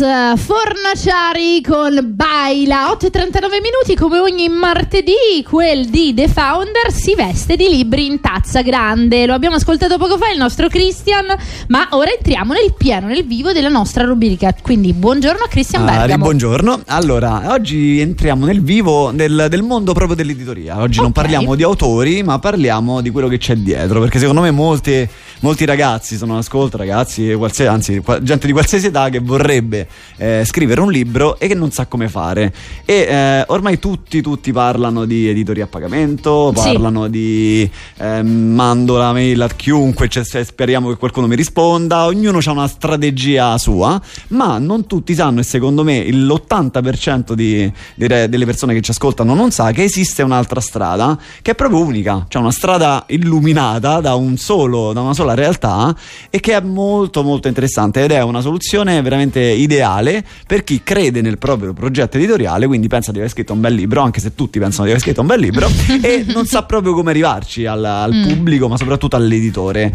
Fornaciari con Baila. 8:39 come ogni martedì, quel di The Founder si veste di libri in tazza grande. Lo abbiamo ascoltato poco fa il nostro Christian, ma ora entriamo nel pieno, nel vivo della nostra rubrica. Quindi buongiorno a Christian Bergamo. Buongiorno. Allora, oggi entriamo nel vivo del mondo proprio dell'editoria. Oggi non parliamo di autori, ma parliamo di quello che c'è dietro, perché secondo me molti ragazzi sono all'ascolto, ragazzi, gente di qualsiasi età che vorrebbe scrivere un libro e che non sa come fare. E ormai tutti parlano di editoria a pagamento, parlano di mando la mail a chiunque, speriamo che qualcuno mi risponda. Ognuno ha una strategia sua, ma non tutti sanno, e secondo me l'80% delle persone che ci ascoltano non sa che esiste un'altra strada che è proprio unica, cioè una strada illuminata da una sola realtà, e che è molto molto interessante, ed è una soluzione veramente ideale per chi crede nel proprio progetto editoriale, quindi pensa di aver scritto un bel libro, anche se tutti pensano di aver scritto un bel libro, e non sa proprio come arrivarci al pubblico, ma soprattutto all'editore.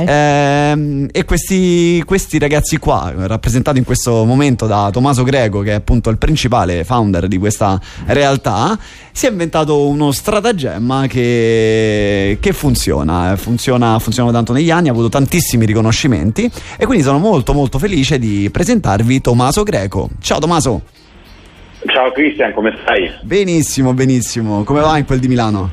E questi ragazzi qua, rappresentati in questo momento da Tommaso Greco, che è appunto il principale founder di questa realtà, si è inventato uno stratagemma che funziona tanto negli anni, ha avuto tantissimi riconoscimenti, e quindi sono molto molto felice di presentarvi Tommaso Greco. Ciao Tommaso. Ciao Christian, come stai? Benissimo, come va in quel di Milano?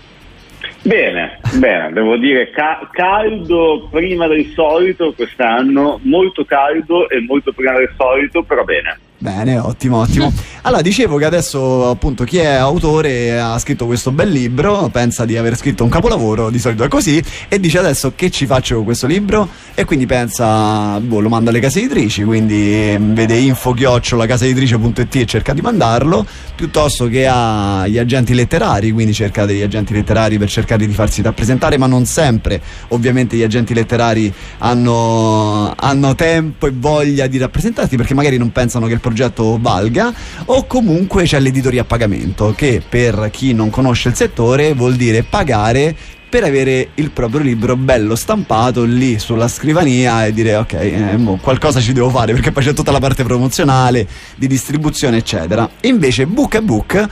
Bene, devo dire caldo prima del solito quest'anno, molto caldo e molto prima del solito, però bene. Bene, ottimo. Allora, dicevo che adesso appunto chi è autore ha scritto questo bel libro, pensa di aver scritto un capolavoro, di solito è così, e dice adesso che ci faccio con questo libro, e quindi pensa, lo manda alle case editrici, quindi vede info@casaeditrice.it e cerca di mandarlo, piuttosto che agli agenti letterari, quindi cerca degli agenti letterari per cercare di farsi rappresentare, ma non sempre ovviamente gli agenti letterari hanno tempo e voglia di rappresentarsi, perché magari non pensano che il progetto valga, o comunque c'è l'editoria a pagamento, che per chi non conosce il settore vuol dire pagare per avere il proprio libro bello stampato lì sulla scrivania e dire ok, qualcosa ci devo fare, perché poi c'è tutta la parte promozionale, di distribuzione eccetera. E invece Book a Book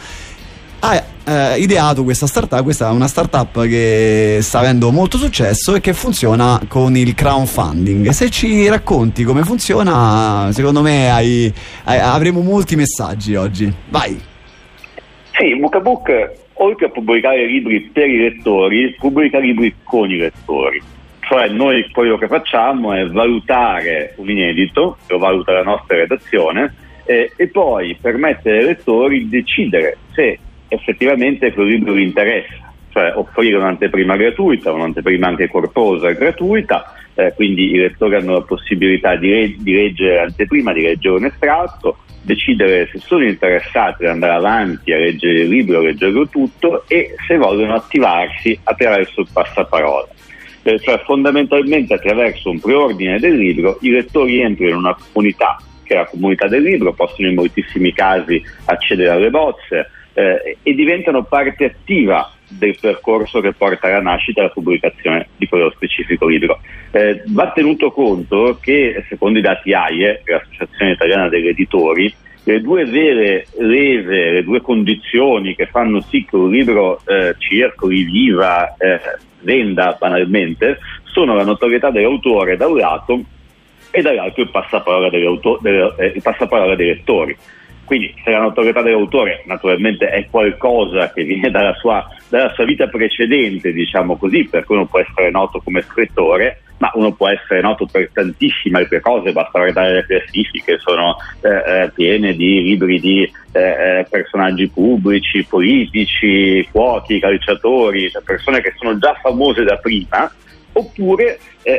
ha ideato questa startup. Questa è una startup che sta avendo molto successo e che funziona con il crowdfunding. Se ci racconti come funziona, secondo me avremo molti messaggi oggi. Vai. Sì, Book a Book, oltre a pubblicare libri per i lettori, pubblica libri con i lettori. Cioè noi quello che facciamo è valutare un inedito, lo valuta la nostra redazione, e poi permettere ai lettori di decidere se effettivamente quel libro vi interessa, cioè offrire un'anteprima gratuita, un'anteprima anche corposa e gratuita, quindi i lettori hanno la possibilità di leggere l'anteprima, di leggere un estratto, decidere se sono interessati ad andare avanti a leggere il libro, a leggerlo tutto, e se vogliono attivarsi attraverso il passaparola. Cioè fondamentalmente attraverso un preordine del libro i lettori entrano in una comunità, che è la comunità del libro, possono in moltissimi casi accedere alle bozze, e diventano parte attiva del percorso che porta alla nascita e alla pubblicazione di quello specifico libro. Va tenuto conto che, secondo i dati AIE, l'Associazione Italiana degli Editori, le due vere leve, le due condizioni che fanno sì che un libro circoli, viva, venda banalmente, sono la notorietà dell'autore da un lato e dall'altro il passaparola dei lettori. Quindi se la notorietà dell'autore naturalmente è qualcosa che viene dalla sua vita precedente, diciamo così, perché uno può essere noto come scrittore, ma uno può essere noto per tantissime altre cose, basta guardare le classifiche, sono piene di libri di personaggi pubblici, politici, cuochi, calciatori, persone che sono già famose da prima, oppure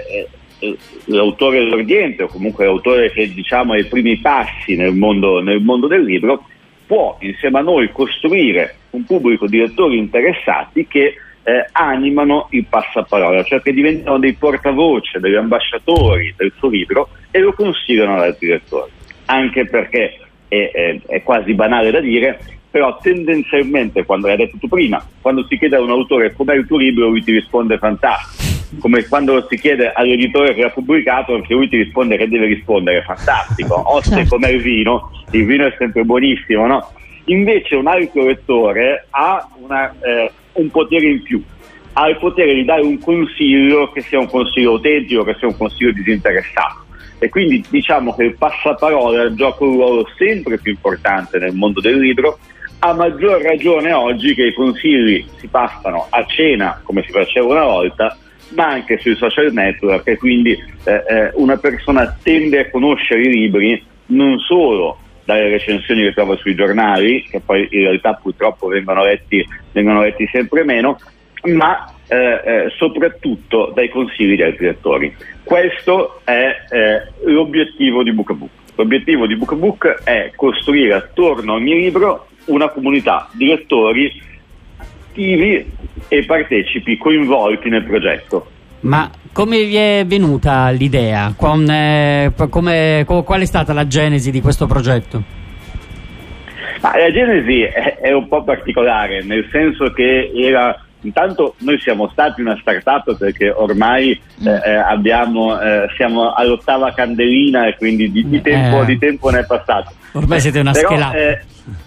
l'autore esordiente, o comunque l'autore che diciamo ha i primi passi nel mondo del libro, può insieme a noi costruire un pubblico di lettori interessati che animano il passaparola, cioè che diventano dei portavoce, degli ambasciatori del suo libro e lo consigliano ad altri lettori. Anche perché è quasi banale da dire, però tendenzialmente, quando l'hai detto tu prima, quando si chiede a un autore com'è il tuo libro, lui ti risponde fantastico. come quando si chiede all'editore che l'ha pubblicato, anche lui ti risponde che deve rispondere, fantastico, oste come il vino è sempre buonissimo, no? Invece un altro lettore ha un potere in più, ha il potere di dare un consiglio che sia un consiglio autentico, che sia un consiglio disinteressato. E quindi diciamo che il passaparola gioca un ruolo sempre più importante nel mondo del libro, a maggior ragione oggi che i consigli si passano a cena come si faceva una volta, ma anche sui social network, e quindi una persona tende a conoscere i libri non solo dalle recensioni che trova sui giornali, che poi in realtà purtroppo vengono letti sempre meno, ma soprattutto dai consigli di altri lettori. Questo è l'obiettivo di Book-a-Book. L'obiettivo di Book-a-Book è costruire attorno a ogni libro una comunità di lettori attivi e partecipi, coinvolti nel progetto. Ma come vi è venuta l'idea? Qual è stata la genesi di questo progetto? La genesi è un po' particolare, nel senso che intanto noi siamo stati una startup perché ormai siamo all'8ª candelina e quindi di tempo ne è passato. Ormai siete una schelata.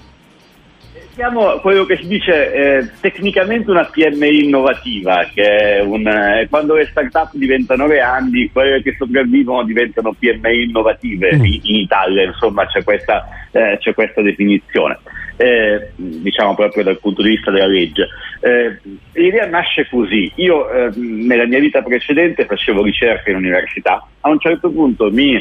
Siamo quello che si dice tecnicamente una PMI innovativa, che è quando le startup diventano grandi, quelle che sopravvivono diventano PMI innovative. In Italia insomma c'è questa definizione. Diciamo proprio dal punto di vista della legge. L'idea nasce così. Io nella mia vita precedente facevo ricerca in università, a un certo punto mi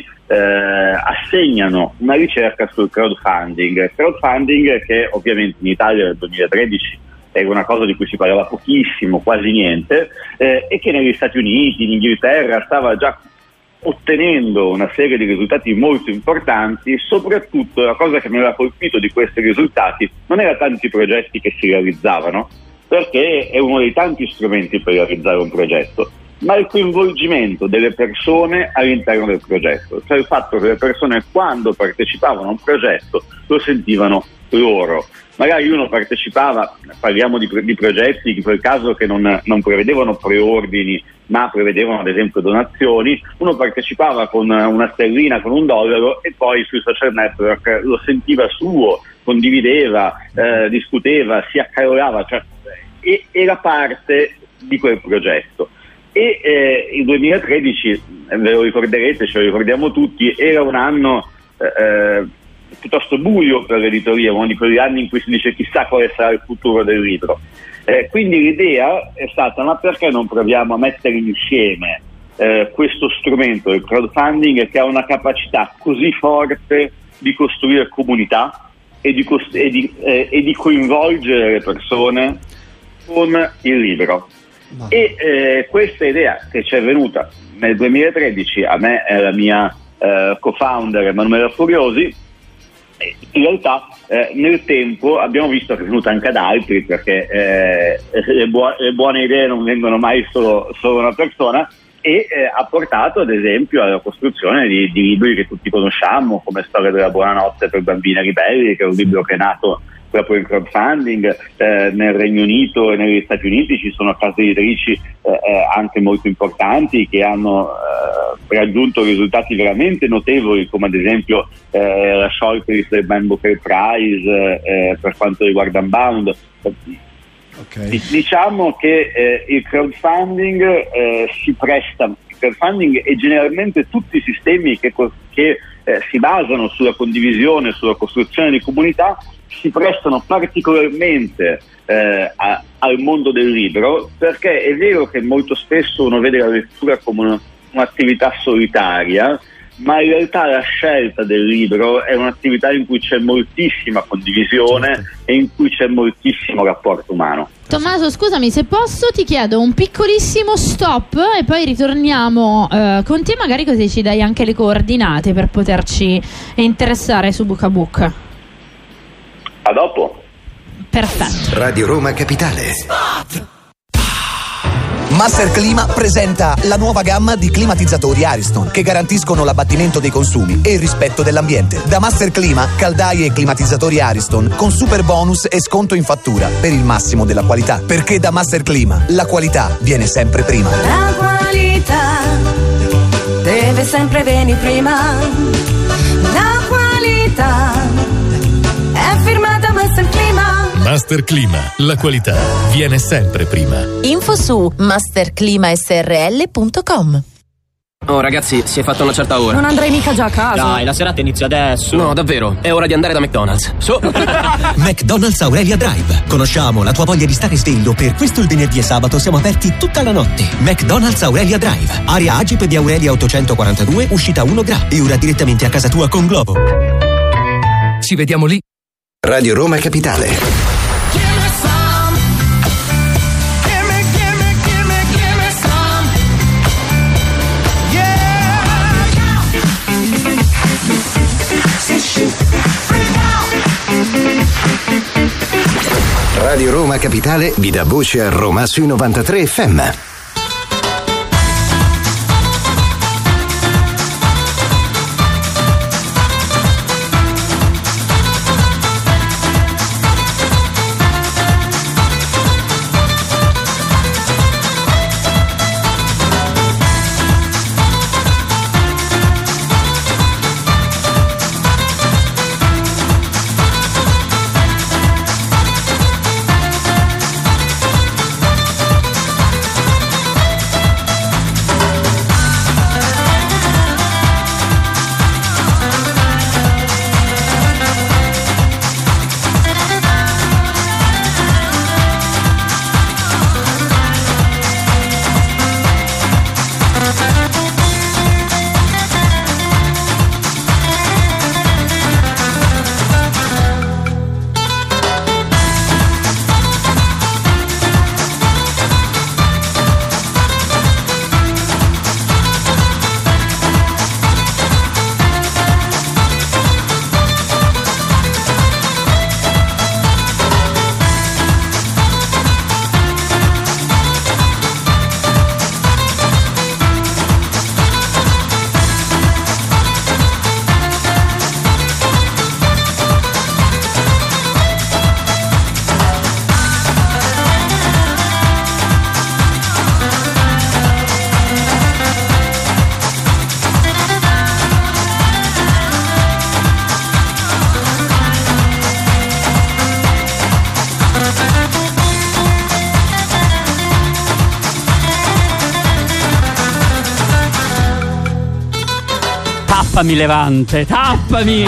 assegnano una ricerca sul crowdfunding che ovviamente in Italia nel 2013 era una cosa di cui si parlava pochissimo, quasi niente, e che negli Stati Uniti, in Inghilterra stava già ottenendo una serie di risultati molto importanti. Soprattutto la cosa che mi aveva colpito di questi risultati non era tanti progetti che si realizzavano, perché è uno dei tanti strumenti per realizzare un progetto, ma il coinvolgimento delle persone all'interno del progetto, cioè il fatto che le persone quando partecipavano a un progetto lo sentivano loro. Magari uno partecipava, parliamo di progetti in quel caso che non prevedevano preordini, ma prevedevano ad esempio donazioni. Uno partecipava con una sterlina, con $1, e poi sui social network lo sentiva suo, condivideva, discuteva, si accarolava, cioè era parte di quel progetto. E il 2013, ve lo ricorderete, ce lo ricordiamo tutti, era un anno piuttosto buio per l'editoria, uno di quegli anni in cui si dice chissà quale sarà il futuro del libro. Quindi l'idea è stata: ma perché non proviamo a mettere insieme questo strumento, il crowdfunding, che ha una capacità così forte di costruire comunità e di coinvolgere le persone con il libro. No. E questa idea che ci è venuta nel 2013, a me e alla mia co-founder Emanuela Furiosi, in realtà nel tempo abbiamo visto che è venuta anche ad altri, perché le buone idee non vengono mai solo una persona, e ha portato ad esempio alla costruzione di libri che tutti conosciamo, come Storia della buonanotte per bambini ribelli, che è un libro che è nato proprio in crowdfunding. Nel Regno Unito e negli Stati Uniti ci sono case editrici anche molto importanti che hanno raggiunto risultati veramente notevoli, come ad esempio la shortlist del Man Booker Prize per quanto riguarda Unbound. Okay. Diciamo che il crowdfunding si presta, il crowdfunding e generalmente tutti i sistemi che si basano sulla condivisione, sulla costruzione di comunità, si prestano particolarmente al mondo del libro, perché è vero che molto spesso uno vede la lettura come un'attività solitaria, ma in realtà la scelta del libro è un'attività in cui c'è moltissima condivisione e in cui c'è moltissimo rapporto umano. Tommaso, scusami, se posso ti chiedo un piccolissimo stop e poi ritorniamo con te, magari così ci dai anche le coordinate per poterci interessare su Book-a-Book. A dopo. Perfetto. Radio Roma Capitale. Master Clima presenta la nuova gamma di climatizzatori Ariston che garantiscono l'abbattimento dei consumi e il rispetto dell'ambiente. Da Master Clima, caldaie e climatizzatori Ariston con super bonus e sconto in fattura per il massimo della qualità. Perché da Master Clima la qualità viene sempre prima. qualità deve sempre venire prima. La qualità è firmata Master Clima. Master Clima, la qualità viene sempre prima. Info su masterclimasrl.com. Oh ragazzi, si è fatta una certa ora. Non andrei mica già a casa. Dai, la serata inizia adesso. No, davvero, è ora di andare da McDonald's. Su. McDonald's Aurelia Drive. Conosciamo la tua voglia di stare sveglio, per questo il venerdì e sabato siamo aperti tutta la notte. McDonald's Aurelia Drive. Area Agip di Aurelia 842, uscita 1 Gra. E ora direttamente a casa tua con Globo. Ci vediamo lì. Radio Roma Capitale. Radio Roma Capitale vi dà voce a Roma sui 93 FM. Tappami Levante, tappami!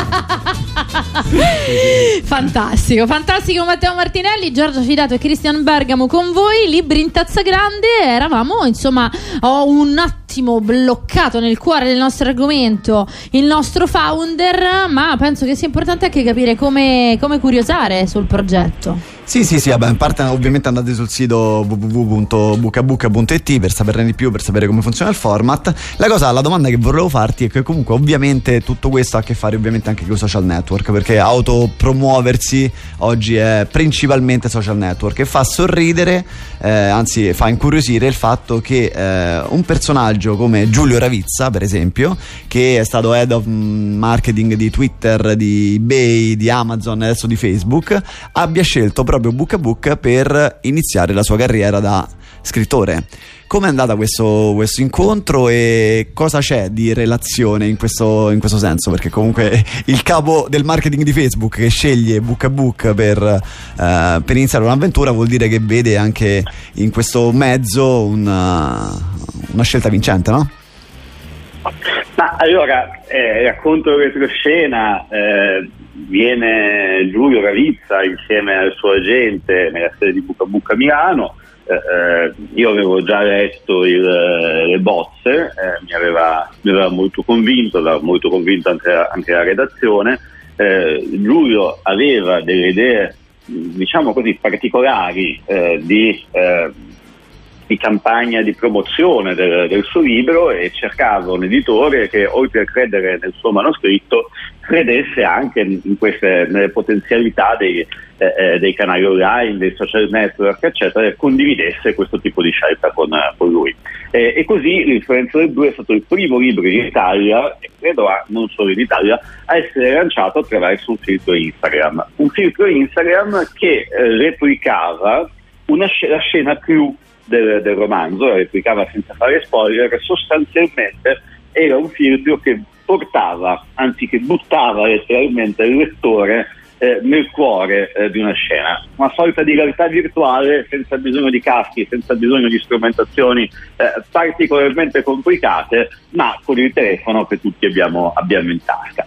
Fantastico, fantastico Matteo Martinelli, Giorgio Fidato e Cristian Bergamo con voi. Libri in tazza grande. Eravamo, insomma, ho un attimo bloccato nel cuore del nostro argomento il nostro founder, ma penso che sia importante anche capire come curiosare sul progetto. Sì, vabbè, in parte ovviamente andate sul sito www.bucabuca.it per saperne di più, per sapere come funziona il format. La domanda che volevo farti è che comunque ovviamente tutto questo ha a che fare ovviamente anche con i social network, perché autopromuoversi oggi è principalmente social network, e fa sorridere, anzi fa incuriosire il fatto che un personaggio come Giulio Ravizza, per esempio, che è stato head of marketing di Twitter, di eBay, di Amazon e adesso di Facebook, abbia scelto proprio Book a Book per iniziare la sua carriera da scrittore. Come è andata questo incontro e cosa c'è di relazione in questo senso? Perché comunque il capo del marketing di Facebook che sceglie Book a Book per iniziare un'avventura vuol dire che vede anche in questo mezzo una scelta vincente, no? Ma allora, racconto retroscena, viene Giulio Ravizza insieme al suo agente nella sede di Book a Book a Milano. Io avevo già letto le bozze, mi aveva molto convinto anche la redazione. Giulio aveva delle idee, diciamo così, particolari di campagna di promozione del suo libro, e cercava un editore che, oltre a credere nel suo manoscritto, credesse anche nelle potenzialità dei canali online, dei social network, eccetera, e condividesse questo tipo di scelta con lui. E così l'Influencer Blu è stato il primo libro in Italia, e credo non solo in Italia, a essere lanciato attraverso un filtro Instagram. Un filtro Instagram che replicava la scena clou del romanzo, replicava senza fare spoiler, sostanzialmente era un filtro che portava, anzi che buttava letteralmente il lettore nel cuore di una scena, una sorta di realtà virtuale senza bisogno di caschi, senza bisogno di strumentazioni particolarmente complicate, ma con il telefono che tutti abbiamo in tasca.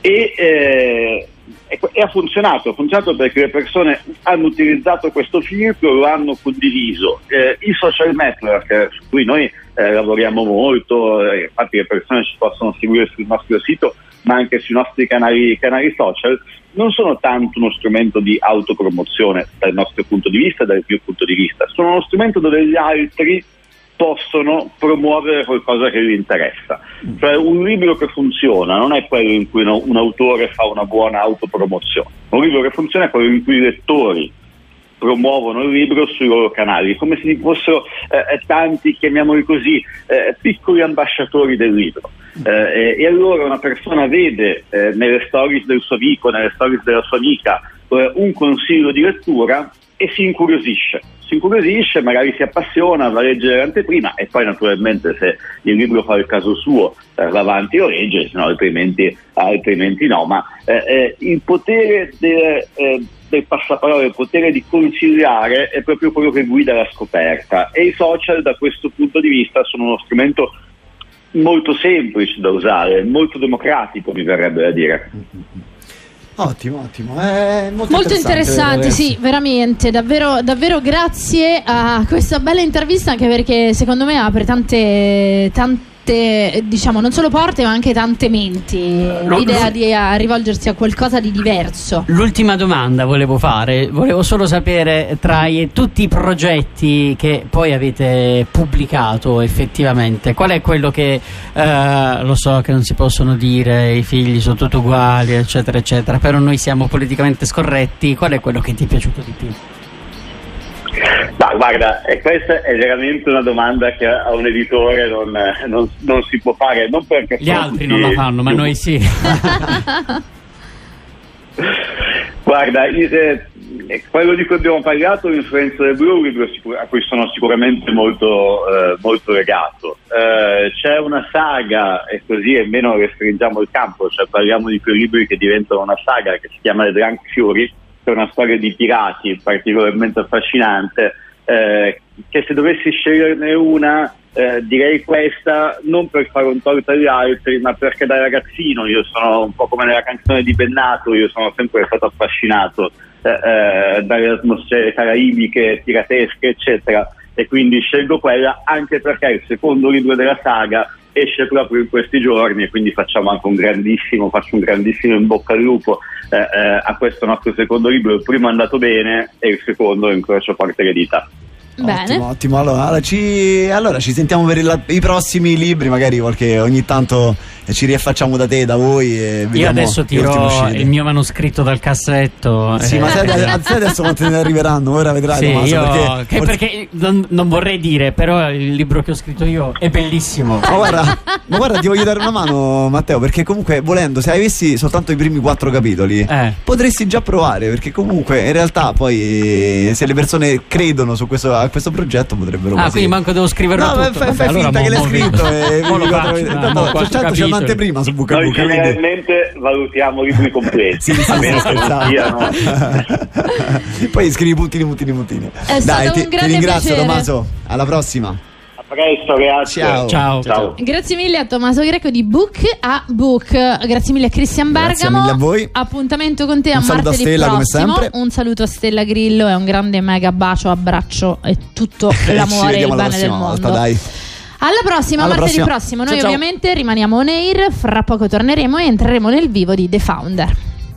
E ha funzionato perché le persone hanno utilizzato questo filtro, lo hanno condiviso. I social network su cui noi lavoriamo molto, infatti le persone ci possono seguire sul nostro sito ma anche sui nostri canali social, non sono tanto uno strumento di autopromozione dal nostro punto di vista, dal mio punto di vista, sono uno strumento dove gli altri possono promuovere qualcosa che gli interessa. Cioè un libro che funziona non è quello in cui un autore fa una buona autopromozione, un libro che funziona è quello in cui i lettori promuovono il libro sui loro canali, come se ci fossero tanti, chiamiamoli così, piccoli ambasciatori del libro. E allora una persona vede nelle stories del suo amico, nelle stories della sua amica un consiglio di lettura e si incuriosisce, magari si appassiona, va a leggere l'anteprima e poi naturalmente se il libro fa il caso suo va avanti e lo legge, se no altrimenti no, ma il potere del passaparola, il potere di consigliare è proprio quello che guida la scoperta, e i social da questo punto di vista sono uno strumento molto semplice da usare, molto democratico, mi verrebbe da dire. Ottimo, molto interessante, sì, veramente, davvero grazie a questa bella intervista, anche perché secondo me apre tante diciamo non solo porte ma anche tante menti, l'idea di rivolgersi a qualcosa di diverso. L'ultima domanda volevo solo sapere, tra tutti i progetti che poi avete pubblicato effettivamente, qual è quello che lo so che non si possono dire, i figli sono tutti uguali eccetera eccetera, però noi siamo politicamente scorretti, qual è quello che ti è piaciuto di più? Ma guarda, questa è veramente una domanda che a un editore non si può fare, non perché gli altri non la fanno, ma noi sì. Guarda, quello di cui abbiamo parlato, l'influenza del blu, a cui sono sicuramente molto legato. C'è una saga, e così almeno restringiamo il campo, cioè parliamo di quei libri che diventano una saga, che si chiama The Drunk Fury, che è una storia di pirati particolarmente affascinante, che se dovessi sceglierne una direi questa, non per fare un torto agli altri, ma perché da ragazzino, io sono un po' come nella canzone di Bennato, io sono sempre stato affascinato dalle atmosfere caraibiche, piratesche eccetera, e quindi scelgo quella, anche perché il secondo libro della saga esce proprio in questi giorni, e quindi faccio un grandissimo in bocca al lupo a questo nostro secondo libro. Il primo è andato bene e il secondo incrocio forte le dita. Bene. Ottimo. Allora ci sentiamo per i prossimi libri, magari ogni tanto ci riaffacciamo da te, da voi, e vediamo. Io adesso tiro il mio manoscritto dal cassetto. Sì, ma sai adesso quanto ne arriveranno, ora vedrai. Sì, Tommaso, perché non vorrei dire, però il libro che ho scritto io è bellissimo. Ma guarda, ti voglio dare una mano, Matteo, perché comunque volendo, se avessi soltanto i primi 4 capitoli potresti già provare, perché comunque in realtà poi se le persone credono a questo progetto potrebbero quindi manco devo scriverlo tutto. Fai finta che l'hai scritto c'è un'anteprima su Book a Book. Noi generalmente valutiamo libri completi, a meno che non siano. Poi scrivi puntini. Dai, ti ringrazio, Tommaso, alla prossima. A presto, grazie. Ciao. Grazie mille a Tommaso Greco di Book a Book, grazie mille a Cristian Bergamo. Grazie mille a voi. Appuntamento con te a martedì saluto a Stella, prossimo. come sempre. Un saluto a Stella Grillo e un grande mega abbraccio e tutto l'amore e il bene del mondo. Volta, dai. Alla prossima, martedì prossimo. Noi ovviamente rimaniamo on air, fra poco torneremo e entreremo nel vivo di The Founder.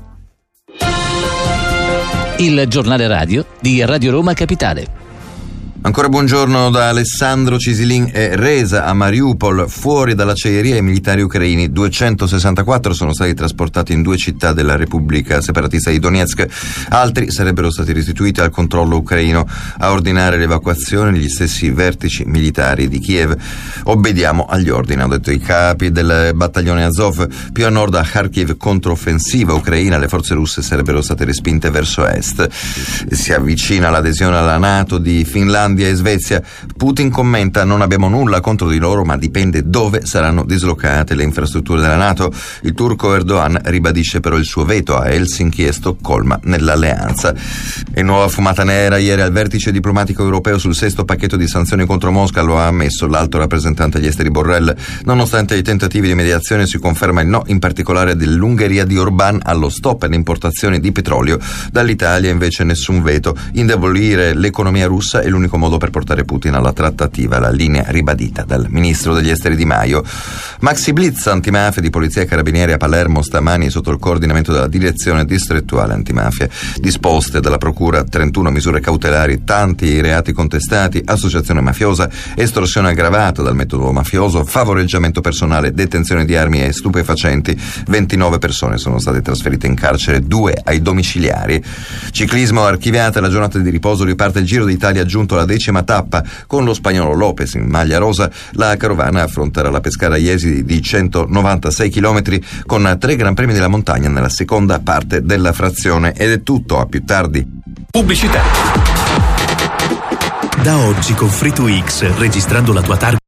Il giornale radio di Radio Roma Capitale. Ancora buongiorno da Alessandro Cisilin. È resa a Mariupol, fuori dall'acciaieria, i militari ucraini. 264 sono stati trasportati in 2 città della Repubblica separatista di Donetsk. Altri sarebbero stati restituiti al controllo ucraino. A ordinare l'evacuazione gli stessi vertici militari di Kiev. Obbediamo agli ordini, hanno detto i capi del battaglione Azov. Più a nord, a Kharkiv, controffensiva ucraina, le forze russe sarebbero state respinte verso est. Si avvicina l'adesione alla NATO di Finlandia Finlandia e Svezia. Putin commenta: non abbiamo nulla contro di loro, ma dipende dove saranno dislocate le infrastrutture della NATO. Il turco Erdogan ribadisce però il suo veto a Helsinki e Stoccolma nell'alleanza. E nuova fumata nera ieri al vertice diplomatico europeo sul 6º pacchetto di sanzioni contro Mosca, lo ha ammesso l'alto rappresentante agli esteri Borrell. Nonostante i tentativi di mediazione, si conferma il no, in particolare dell'Ungheria di Orbán, allo stop alle importazioni di petrolio. Dall'Italia invece nessun veto. Indebolire l'economia russa è l'unico modo per portare Putin alla trattativa, la linea ribadita dal ministro degli esteri Di Maio. Maxi blitz antimafia di polizia e carabinieri a Palermo stamani sotto il coordinamento della direzione distrettuale antimafia. Disposte dalla procura 31 misure cautelari, tanti i reati contestati: associazione mafiosa, estorsione aggravata dal metodo mafioso, favoreggiamento personale, detenzione di armi e stupefacenti. 29 persone sono state trasferite in carcere, 2 ai domiciliari. Ciclismo, archiviata la giornata di riposo, riparte il Giro d'Italia giunto alla 10ª tappa. Con lo spagnolo Lopez in maglia rosa, la carovana affronterà la Pescara Jesi di 196 km con 3 Gran Premi della montagna nella seconda parte della frazione. Ed è tutto, a più tardi. Pubblicità. Da oggi con Free2X, registrando la tua targa